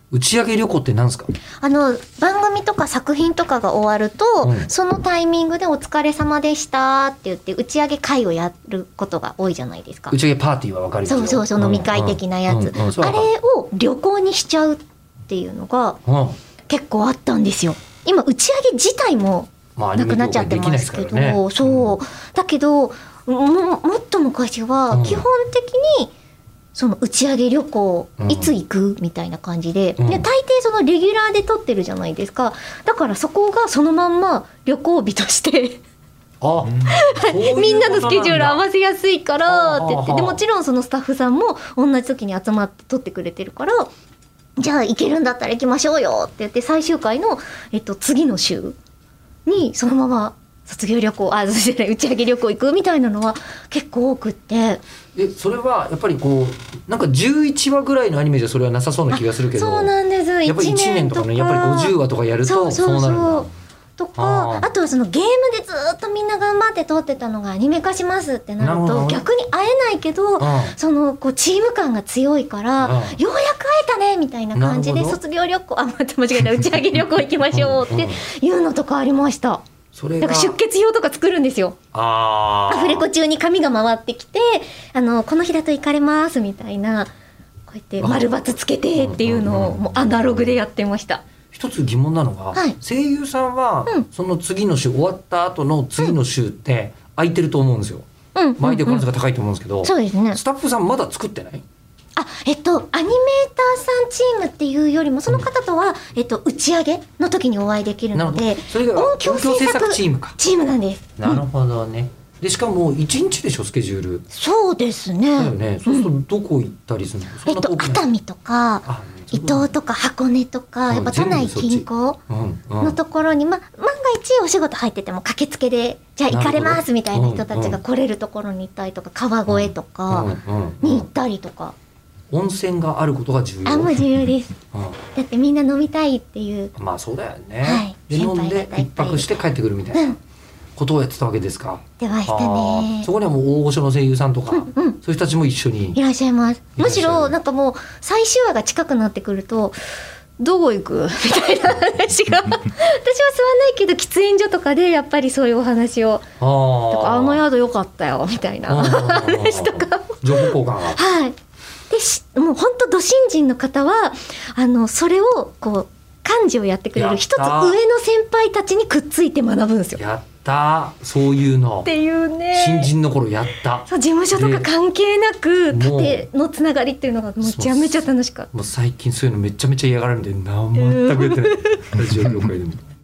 打ち上げ旅行って何ですか？ 番組とか作品とかが終わると、そのタイミングでお疲れ様でしたって言って打ち上げ会をやることが多いじゃないですか。 打ち上げパーティーは分かるよ。 そう飲み会的なやつ、あれを旅行にしちゃうっていうのが結構あったんですよ。今打ち上げ自体もなくなっちゃってますけど、そうだけどもっと昔は基本的にその打ち上げ旅行いつ行くみたいな感じで、大抵そのレギュラーで撮ってるじゃないですか。だからそこがそのまんま旅行日としてみんなのスケジュール合わせやすいからって言って、でもちろんそのスタッフさんも同じ時に集まって撮ってくれてるから、じゃあ行けるんだったら行きましょうよって言って最終回の、次の週にそのまま卒業旅行打ち上げ旅行行くみたいなのは結構多くって、 それはやっぱりこうなんか11話ぐらいのアニメじゃそれはなさそうな気がするけど、 そうなんです。 やっぱり1年とかね、やっぱり50話とかやるとそうなるんだとか、あとはそのゲームでずっとみんな頑張って撮ってたのがアニメ化しますってなると逆に会えないけど、そのこうチーム感が強いからようやく会えたねみたいな感じで卒業旅行また間違えた打ち上げ旅行行きましょうっていうのとかありました。だから出血表とか作るんですよ。アフレコ中に紙が回ってきてこの日だと行かれますみたいな、こうやって丸×つけてっていうのをもうアナログでやってました。 一つ疑問なのが、声優さんはその次の週終わった後の次の週って空いてると思うんですよ。毎度可能性が高いと思うんですけど、 そうですね。 スタッフさんまだ作ってない？ アニメーターさんチームっていうよりもその方とは、打ち上げの時にお会いできるので、 それが音響制作チームなんです。 なるほどね。でしかも1日でしょスケジュール。 そうですね。 だよね。そうするとどこ行ったりするの？ 熱海とか伊東とか箱根とか、やっぱ都内近郊のところに、万が一お仕事入ってても駆けつけでじゃあ行かれますみたいな人たちが来れるところに行ったりとか、川越とかに行ったりとか。 温泉があることが重要。 もう重要です。だってみんな飲みたいっていう。 まあそうだよね。で飲んで一泊して帰ってくるみたいなことをやってたわけですか。 出ましたね。 そこにはもう大御所の声優さんとか、そういう人たちも一緒にいらっしゃいます。むしろなんかもう最終話が近くなってくるとどこ行くみたいな話が私は吸わないけど喫煙所とかでやっぱりそういうお話をとか宿良かったよみたいな話とか情報交換がはい。でもう本当ど新人の方はそれをこう幹事をやってくれる一つ上の先輩たちにくっついて学ぶんですよ。 やったそういうのっていうね。 新人の頃やった。 そう事務所とか関係なく縦のつながりっていうのがめちゃめちゃ楽しかった。 もう最近そういうのめちゃめちゃ嫌がられるんで全くやってないラジオ業界でも